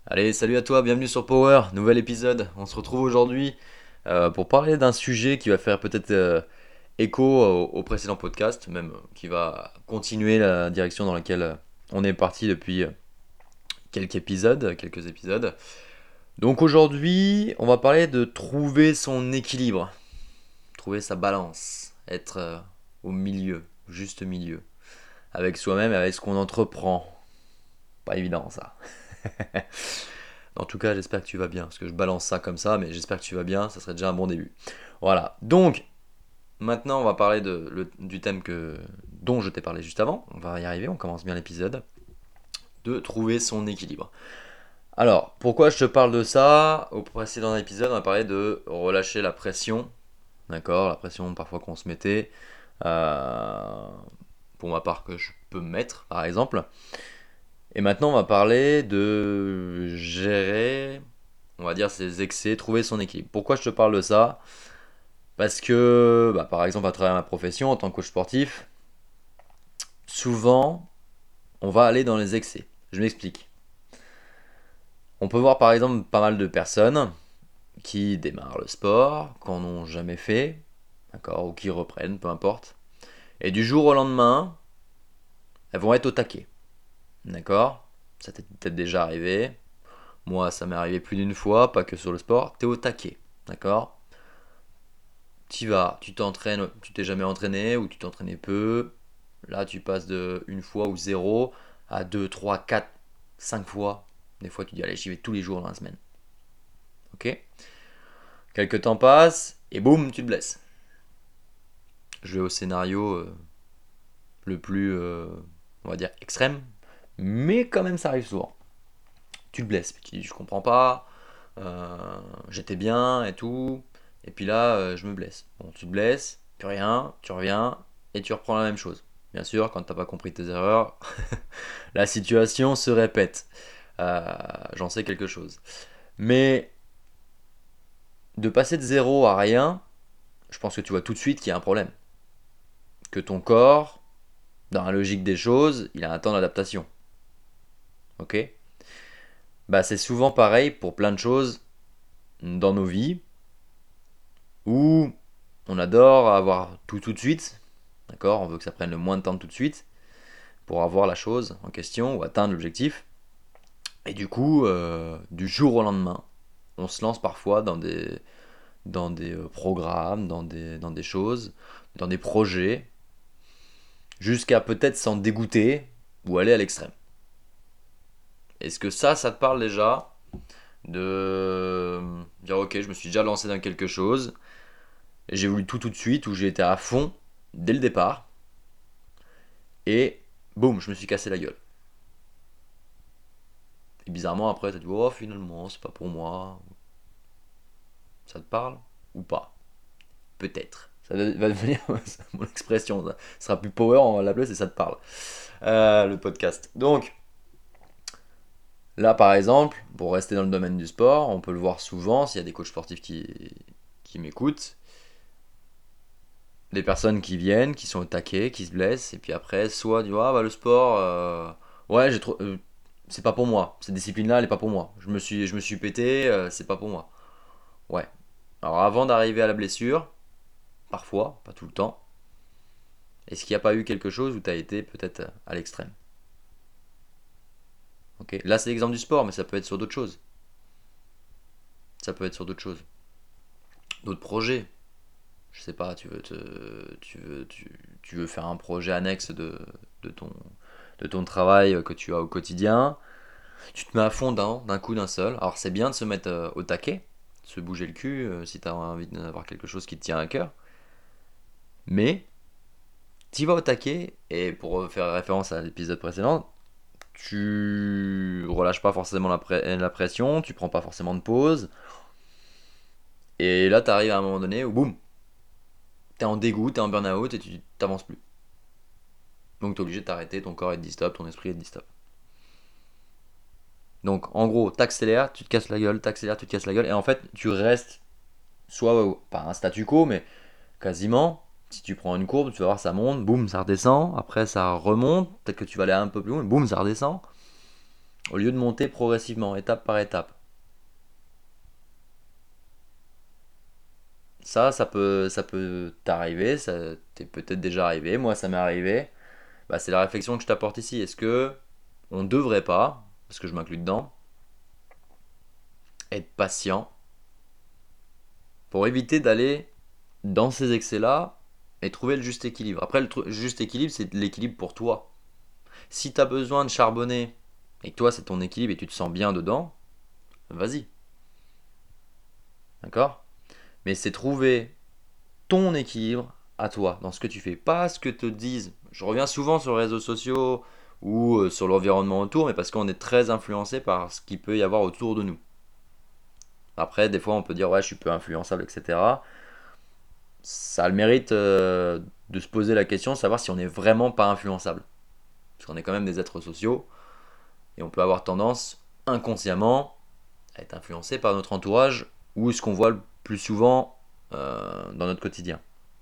Allez, salut à toi, bienvenue sur Power, nouvel épisode. On se retrouve aujourd'hui pour parler d'un sujet qui va faire peut-être écho au précédent podcast, même qui va continuer la direction dans laquelle on est parti depuis quelques épisodes. Donc aujourd'hui, on va parler de trouver son équilibre, trouver sa balance, être au milieu, juste milieu, avec soi-même et avec ce qu'on entreprend. Pas évident ça. En tout cas, j'espère que tu vas bien, parce que je balance ça comme ça, mais j'espère que tu vas bien, ça serait déjà un bon début. Voilà, donc maintenant on va parler du thème dont je t'ai parlé juste avant, on va y arriver, on commence bien l'épisode, de trouver son équilibre. Alors, pourquoi je te parle de ça? Au précédent épisode, on a parlé de relâcher la pression, d'accord? La pression parfois qu'on se mettait, euh, pour ma part que je peux me mettre par exemple. Et maintenant on va parler de gérer, on va dire, ses excès, trouver son équilibre. Pourquoi je te parle de ça? Parce que, par exemple, à travers ma profession en tant que coach sportif, souvent, on va aller dans les excès. Je m'explique. On peut voir par exemple pas mal de personnes qui démarrent le sport, qu'en ont jamais fait, d'accord, ou qui reprennent, peu importe. Et du jour au lendemain, elles vont être au taquet, d'accord? Ça t'est peut-être déjà arrivé. Moi, ça m'est arrivé plus d'une fois, pas que sur le sport. T'es au taquet, d'accord? T'y vas, tu t'entraînes, tu t'es jamais entraîné ou tu t'entraînais peu. Là, tu passes de une fois ou zéro à 2, 3, 4, 5 fois. Des fois, tu dis, allez, j'y vais tous les jours dans la semaine. Ok? Quelques temps passent et boum, tu te blesses. Je vais au scénario le plus, on va dire, extrême. Mais quand même, ça arrive souvent. Tu te blesses. Tu dis, je comprends pas. J'étais bien et tout. Et puis là, je me blesse. Bon, tu te blesses, plus rien, tu reviens et tu reprends la même chose. Bien sûr, quand t'as pas compris tes erreurs, la situation se répète. J'en sais quelque chose. Mais de passer de zéro à rien, je pense que tu vois tout de suite qu'il y a un problème. Que ton corps, dans la logique des choses, il a un temps d'adaptation. Ok? C'est souvent pareil pour plein de choses dans nos vies où on adore avoir tout de suite. D'accord? On veut que ça prenne le moins de temps tout de suite pour avoir la chose en question ou atteindre l'objectif. Et du coup, du jour au lendemain, on se lance parfois dans des programmes, dans des choses, dans des projets, jusqu'à peut-être s'en dégoûter ou aller à l'extrême. Est-ce que ça te parle déjà de dire ok, je me suis déjà lancé dans quelque chose, et j'ai voulu tout de suite, où j'ai été à fond dès le départ, et boum, je me suis cassé la gueule. Et bizarrement après, tu te dis oh finalement c'est pas pour moi. Ça te parle ou pas? Peut-être. Ça va devenir mon expression. Ça sera plus power, on va l'appeler, c'est ça te parle. Le podcast. Donc, là, par exemple, pour rester dans le domaine du sport, on peut le voir souvent, s'il y a des coachs sportifs qui m'écoutent, des personnes qui viennent, qui sont au taquet, qui se blessent, et puis après, soit du ah, le sport, ouais, c'est pas pour moi. Cette discipline-là, elle est pas pour moi. Je me suis pété, c'est pas pour moi. Ouais. Alors, avant d'arriver à la blessure, parfois, pas tout le temps, est-ce qu'il n'y a pas eu quelque chose où tu as été peut-être à l'extrême? Ok. Là, c'est l'exemple du sport, mais ça peut être sur d'autres choses. Ça peut être sur d'autres choses. D'autres projets. Je sais pas, tu veux faire un projet annexe de ton, de ton travail que tu as au quotidien. Tu te mets à fond d'un coup d'un seul. Alors, c'est bien de se mettre au taquet, de se bouger le cul si tu as envie d'avoir quelque chose qui te tient à cœur. Mais, tu vas au taquet, et pour faire référence à l'épisode précédent, tu relâches pas forcément la pression, tu prends pas forcément de pause, et là t'arrives à un moment donné où boum, t'es en dégoût, t'es en burn-out et tu t'avances plus. Donc t'es obligé de t'arrêter, ton corps il te dit stop, ton esprit il te dit stop. Donc en gros, t'accélères, tu te casses la gueule, t'accélères, tu te casses la gueule, et en fait tu restes soit pas un statu quo, mais quasiment. Si tu prends une courbe, tu vas voir ça monte, boum, ça redescend, après ça remonte, peut-être que tu vas aller un peu plus loin, boum, ça redescend. au lieu de monter progressivement, étape par étape. Ça peut t'arriver, ça t'est peut-être déjà arrivé, moi ça m'est arrivé. Bah, c'est la réflexion que je t'apporte ici. Est-ce que on devrait pas, parce que je m'inclus dedans, être patient pour éviter d'aller dans ces excès-là et trouver le juste équilibre. Après, le juste équilibre, c'est l'équilibre pour toi. Si tu as besoin de charbonner et que toi, c'est ton équilibre et tu te sens bien dedans, vas-y. D'accord? Mais c'est trouver ton équilibre à toi dans ce que tu fais. Pas ce que te disent. Je reviens souvent sur les réseaux sociaux ou sur l'environnement autour, mais parce qu'on est très influencé par ce qu'il peut y avoir autour de nous. Après, des fois, on peut dire, ouais, je suis peu influençable, etc. Ça a le mérite de se poser la question, de savoir si on n'est vraiment pas influençable. Parce qu'on est quand même des êtres sociaux et on peut avoir tendance, inconsciemment, à être influencé par notre entourage ou ce qu'on voit le plus souvent dans notre quotidien.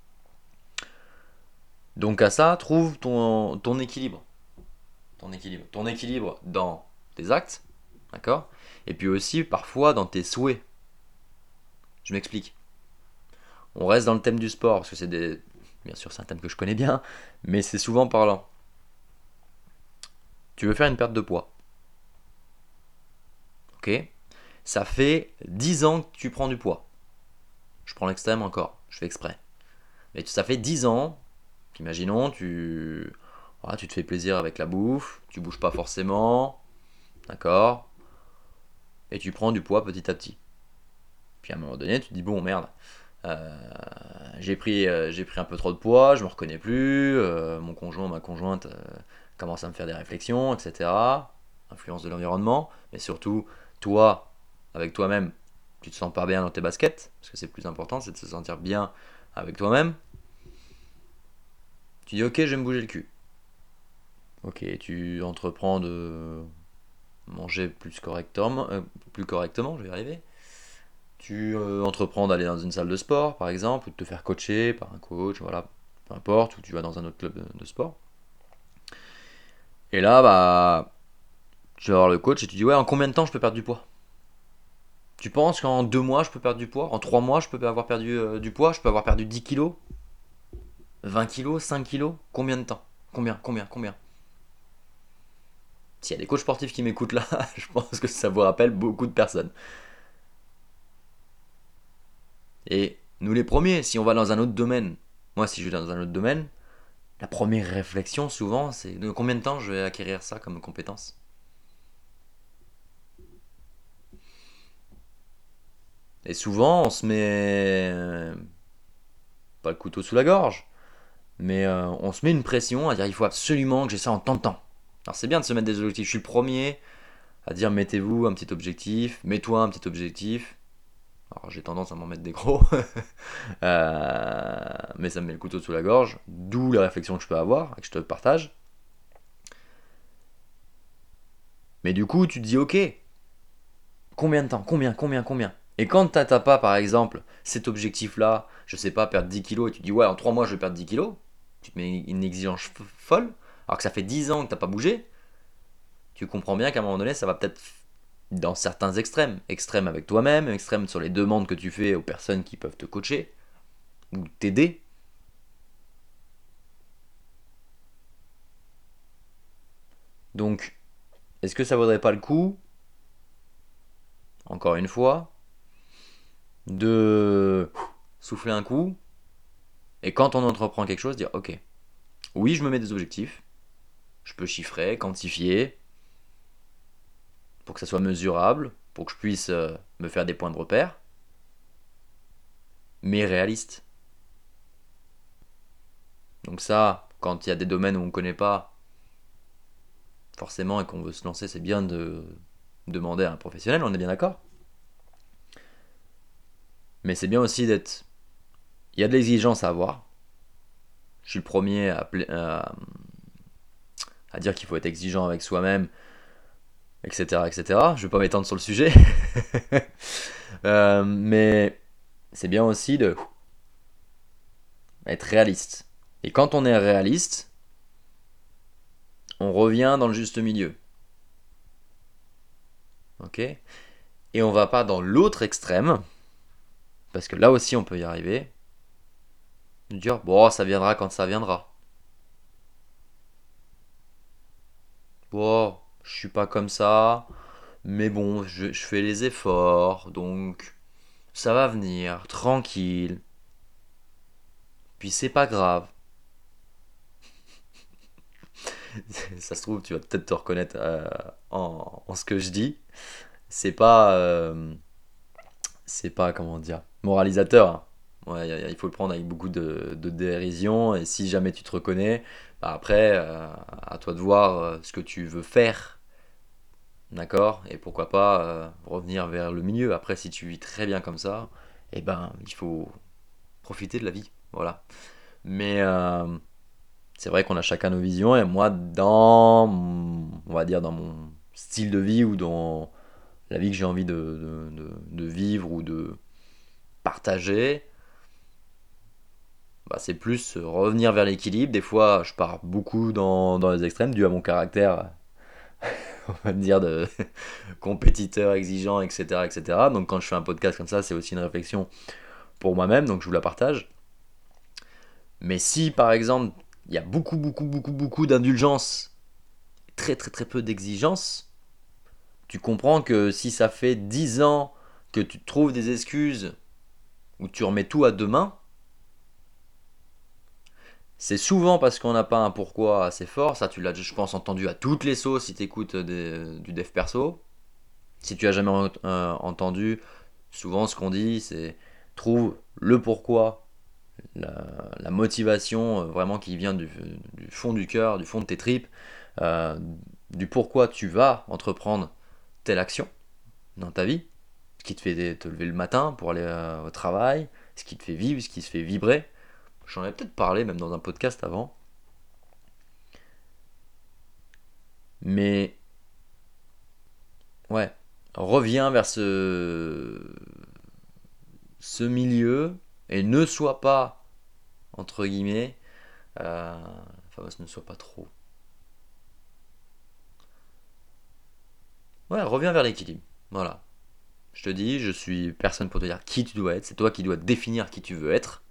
Donc à ça, trouve ton équilibre. Ton équilibre dans tes actes, d'accord? Et puis aussi parfois dans tes souhaits. Je m'explique. On reste dans le thème du sport, parce que bien sûr c'est un thème que je connais bien, mais c'est souvent parlant. Tu veux faire une perte de poids, ok? Ça fait 10 ans que tu prends du poids. Je prends l'extrême encore, je fais exprès. Mais ça fait 10 ans qu'imaginons, voilà, tu te fais plaisir avec la bouffe, tu bouges pas forcément, d'accord? Et tu prends du poids petit à petit. Puis à un moment donné, tu te dis, bon merde, euh, j'ai pris un peu trop de poids, je me reconnais plus, mon conjoint, ma conjointe commence à me faire des réflexions, etc. Influence de l'environnement, mais surtout, toi, avec toi-même, tu te sens pas bien dans tes baskets, parce que c'est le plus important, c'est de se sentir bien avec toi-même. Tu dis, ok, je vais me bouger le cul. Ok, tu entreprends de manger plus correctement, je vais y arriver. Tu entreprends d'aller dans une salle de sport, par exemple, ou de te faire coacher par un coach, voilà, peu importe, ou tu vas dans un autre club de sport. Et là, bah, tu vas voir le coach et tu dis, ouais, en combien de temps je peux perdre du poids? Tu penses qu'en 2 mois je peux perdre du poids? En 3 mois je peux avoir perdu du poids? Je peux avoir perdu 10 kilos? 20 kilos? 5 kilos? Combien de temps? Combien? S'il y a des coachs sportifs qui m'écoutent là, je pense que ça vous rappelle beaucoup de personnes. Et nous les premiers, si on va dans un autre domaine, moi si je vais dans un autre domaine, la première réflexion souvent c'est de combien de temps je vais acquérir ça comme compétence. Et souvent on se met pas le couteau sous la gorge, mais on se met une pression à dire il faut absolument que j'ai ça en tant de temps. Alors c'est bien de se mettre des objectifs, je suis le premier à dire mettez-vous un petit objectif, mets-toi un petit objectif. Alors j'ai tendance à m'en mettre des gros, mais ça me met le couteau sous la gorge, d'où les réflexions que je peux avoir et que je te partage. Mais du coup tu te dis ok, combien de temps? Combien? Et quand t'as pas, par exemple, cet objectif-là, je sais pas, perdre 10 kilos, et tu dis ouais, en 3 mois je vais perdre 10 kilos, tu te mets une exigence folle, alors que ça fait 10 ans que t'as pas bougé, tu comprends bien qu'à un moment donné, ça va peut-être dans certains extrêmes. Extrêmes avec toi-même, extrêmes sur les demandes que tu fais aux personnes qui peuvent te coacher ou t'aider. Donc, est-ce que ça vaudrait pas le coup, encore une fois, de souffler un coup et quand on entreprend quelque chose, dire ok, oui, je me mets des objectifs, je peux chiffrer, quantifier, pour que ça soit mesurable, pour que je puisse me faire des points de repère, mais réaliste. Donc ça, quand il y a des domaines où on ne connaît pas forcément et qu'on veut se lancer, c'est bien de demander à un professionnel, on est bien d'accord. Mais c'est bien aussi d'être... Il y a de l'exigence à avoir. Je suis le premier à dire qu'il faut être exigeant avec soi-même, etc., etc. Je vais pas m'étendre sur le sujet. Mais c'est bien aussi de être réaliste. Et quand on est réaliste, on revient dans le juste milieu. ok. Et on va pas dans l'autre extrême, parce que là aussi on peut y arriver, de dire bon, ça viendra quand ça viendra. Bon, je suis pas comme ça, mais bon, je fais les efforts, donc ça va venir, tranquille, puis c'est pas grave. Ça se trouve, tu vas peut-être te reconnaître en ce que je dis. C'est pas, c'est pas, comment dire, moralisateur, hein. Ouais, il faut le prendre avec beaucoup de dérision, et si jamais tu te reconnais, bah après, à toi de voir ce que tu veux faire, d'accord? Et pourquoi pas revenir vers le milieu. Après, si tu vis très bien comme ça, eh ben, il faut profiter de la vie, voilà. Mais c'est vrai qu'on a chacun nos visions, et moi, on va dire, dans mon style de vie, ou dans la vie que j'ai envie de vivre ou de partager, bah, c'est plus revenir vers l'équilibre. Des fois, je pars beaucoup dans les extrêmes, dû à mon caractère, on va dire, de compétiteur, exigeant, etc., etc. Donc quand je fais un podcast comme ça, c'est aussi une réflexion pour moi-même, donc je vous la partage. Mais si, par exemple, il y a beaucoup, beaucoup, beaucoup, beaucoup d'indulgence, très, très, très peu d'exigence, tu comprends que si ça fait 10 ans que tu trouves des excuses ou tu remets tout à demain, c'est souvent parce qu'on n'a pas un pourquoi assez fort. Ça, tu l'as, je pense, entendu à toutes les sauces si tu écoutes du dev perso. Si tu as jamais entendu, souvent ce qu'on dit, c'est trouve le pourquoi, la motivation vraiment qui vient du fond du cœur, du fond de tes tripes, euh, du pourquoi tu vas entreprendre telle action dans ta vie, ce qui te fait te lever le matin pour aller au travail, ce qui te fait vivre, ce qui te fait vibrer. J'en avais peut-être parlé même dans un podcast avant. Mais ouais, reviens vers ce milieu et ne sois pas, entre guillemets, enfin, ne sois pas trop. Ouais, reviens vers l'équilibre. Voilà. Je te dis, je suis personne pour te dire qui tu dois être. C'est toi qui dois définir qui tu veux être.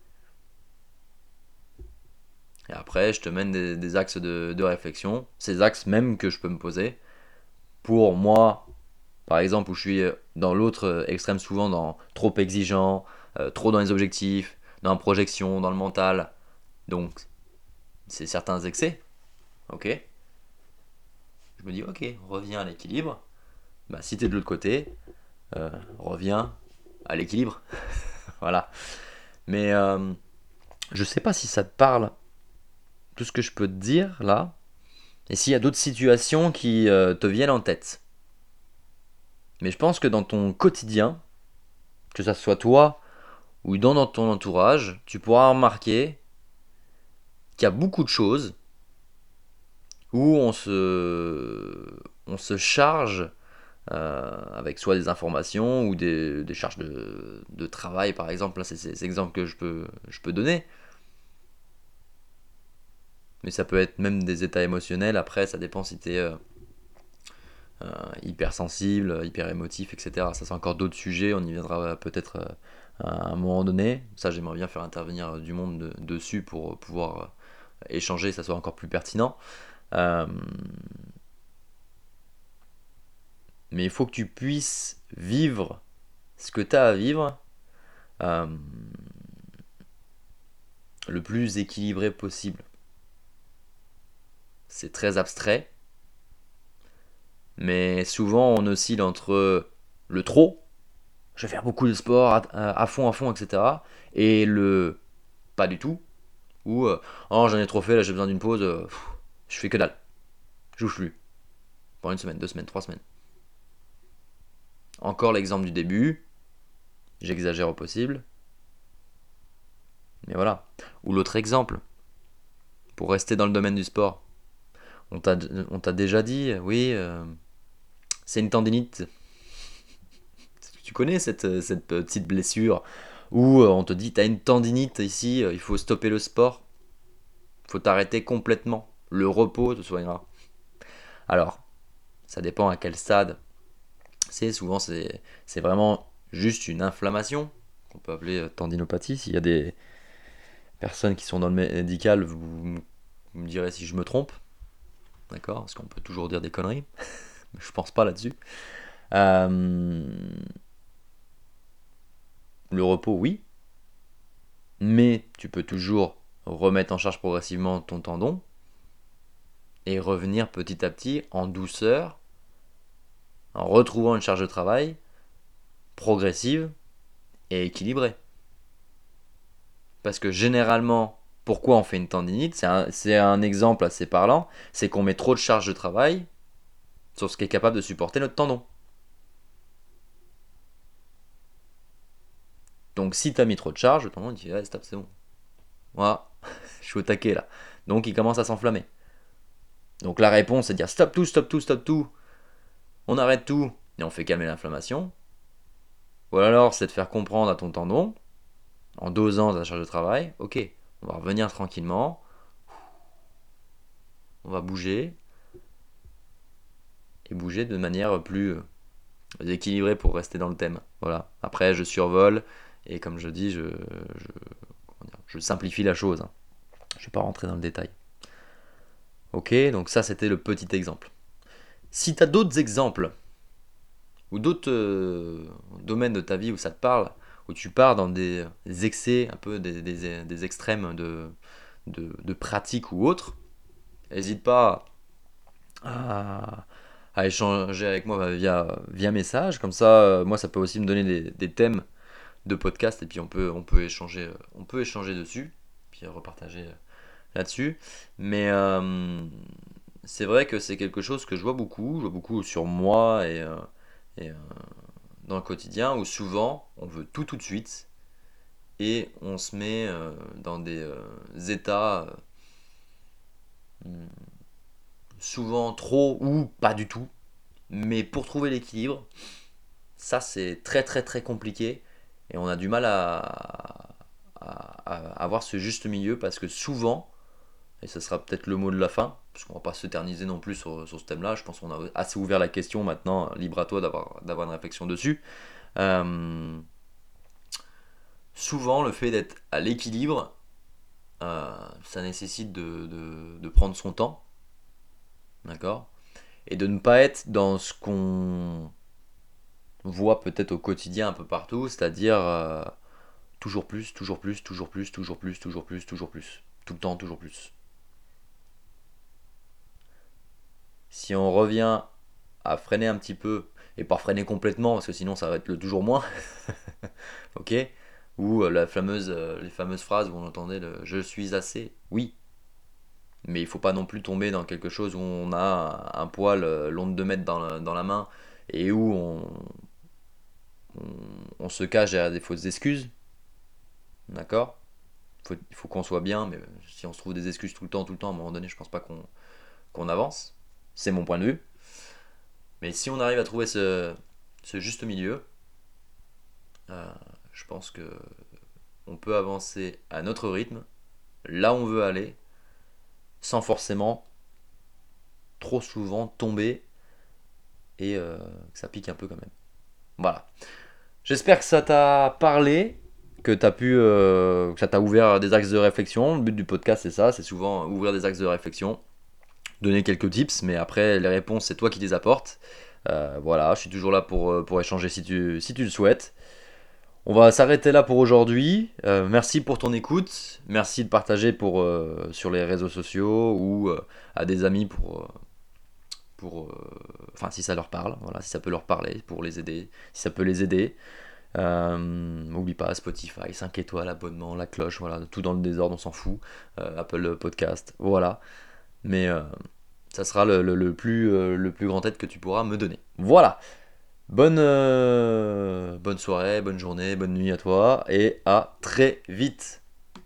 Et après, je te mène des axes de réflexion. Ces axes même que je peux me poser. Pour moi, par exemple, où je suis dans l'autre extrême, souvent dans trop exigeant, trop dans les objectifs, dans la projection, dans le mental. Donc, c'est certains excès. Ok. Je me dis, ok, reviens à l'équilibre. Bah, si t'es de l'autre côté, reviens à l'équilibre. Voilà. Mais je sais pas si ça te parle, tout ce que je peux te dire là. Et s'il y a d'autres situations qui te viennent en tête. Mais je pense que dans ton quotidien, que ça soit toi ou dans ton entourage, tu pourras remarquer qu'il y a beaucoup de choses où on se charge avec soit des informations ou des charges de travail, par exemple. Là, c'est ces exemples que je peux donner. Mais ça peut être même des états émotionnels. Après, ça dépend si tu es hypersensible, hyper émotif, etc. Ça, c'est encore d'autres sujets. On y viendra peut-être à un moment donné. Ça, j'aimerais bien faire intervenir du monde dessus pour pouvoir échanger, ça soit encore plus pertinent. Euh, mais il faut que tu puisses vivre ce que tu as à vivre euh, le plus équilibré possible. C'est très abstrait, mais souvent on oscille entre le trop, je vais faire beaucoup de sport à fond, etc. Et le pas du tout, ou oh j'en ai trop fait, là j'ai besoin d'une pause, je fais que dalle, je bouge plus, pendant une semaine, 2 semaines, 3 semaines. Encore l'exemple du début, j'exagère au possible, mais voilà. Ou l'autre exemple, pour rester dans le domaine du sport, on t'a déjà dit, oui, c'est une tendinite. Tu connais cette petite blessure où on te dit t'as une tendinite ici, il faut stopper le sport, il faut t'arrêter complètement. Le repos te soignera. Alors, ça dépend à quel stade Souvent, c'est vraiment juste une inflammation, qu'on peut appeler tendinopathie. S'il y a des personnes qui sont dans le médical, vous me direz si je me trompe, d'accord? Parce qu'on peut toujours dire des conneries, mais je pense pas là-dessus. Euh, le repos, oui, mais tu peux toujours remettre en charge progressivement ton tendon et revenir petit à petit en douceur, en retrouvant une charge de travail progressive et équilibrée. Parce que généralement, pourquoi on fait une tendinite, c'est un exemple assez parlant, c'est qu'on met trop de charge de travail sur ce qui est capable de supporter notre tendon. Donc si tu as mis trop de charge, le tendon dit ouais, stop, c'est bon. Voilà, je suis au taquet là. Donc il commence à s'enflammer. Donc la réponse c'est de dire stop tout, stop tout, stop tout. On arrête tout et on fait calmer l'inflammation. Ou alors c'est de faire comprendre à ton tendon, en dosant ta charge de travail, ok, on va revenir tranquillement, on va bouger, et bouger de manière plus équilibrée pour rester dans le thème. Voilà. Après je survole, et comme je dis, je simplifie la chose. Je ne vais pas rentrer dans le détail. Ok, donc ça c'était le petit exemple. Si tu as d'autres exemples, ou d'autres domaines de ta vie où ça te parle, où tu pars dans des excès, un peu des extrêmes de pratique ou autre, n'hésite pas à échanger avec moi via message. Comme ça, moi, ça peut aussi me donner des thèmes de podcast et puis on peut échanger dessus, puis repartager là-dessus. Mais c'est vrai que c'est quelque chose que je vois beaucoup sur moi et dans le quotidien où souvent on veut tout de suite et on se met dans des états souvent trop ou pas du tout. Mais pour trouver l'équilibre, ça c'est très très très compliqué et on a du mal à avoir ce juste milieu parce que souvent, et ce sera peut-être le mot de la fin, parce qu'on va pas s'éterniser non plus sur ce thème-là, je pense qu'on a assez ouvert la question maintenant, libre à toi d'avoir une réflexion dessus. Euh, Souvent le fait d'être à l'équilibre, ça nécessite de prendre son temps, d'accord? Et de ne pas être dans ce qu'on voit peut-être au quotidien un peu partout, c'est-à-dire toujours plus, toujours plus, toujours plus, toujours plus, toujours plus, toujours plus. Tout le temps, toujours plus. Si on revient à freiner un petit peu, et pas freiner complètement, parce que sinon ça va être le toujours moins, ok? Ou les fameuses phrases où on entendait le je suis assez, oui, mais il faut pas non plus tomber dans quelque chose où on a un poil long de 2 mètres dans la main et où on se cache derrière des fausses excuses, d'accord? Il faut qu'on soit bien, mais si on se trouve des excuses tout le temps, à un moment donné, je pense pas qu'on avance. C'est mon point de vue. Mais si on arrive à trouver ce juste milieu, euh, je pense que on peut avancer à notre rythme, là où on veut aller, sans forcément trop souvent tomber et que ça pique un peu quand même. Voilà. J'espère que ça t'a parlé, que ça t'a ouvert des axes de réflexion. Le but du podcast c'est ça, c'est souvent ouvrir des axes de réflexion, donner quelques tips, mais après les réponses c'est toi qui les apportes. Voilà, je suis toujours là pour échanger si tu le souhaites. On va s'arrêter là pour aujourd'hui. Merci pour ton écoute. Merci de partager sur les réseaux sociaux ou à des amis enfin, si ça leur parle, voilà, si ça peut leur parler, pour les aider, si ça peut les aider. N'oublie pas Spotify, 5 étoiles, abonnement, la cloche, voilà, tout dans le désordre, on s'en fout. Apple Podcast, voilà. Mais ça sera le plus grand aide que tu pourras me donner. Voilà. Bonne soirée, bonne journée, bonne nuit à toi et à très vite.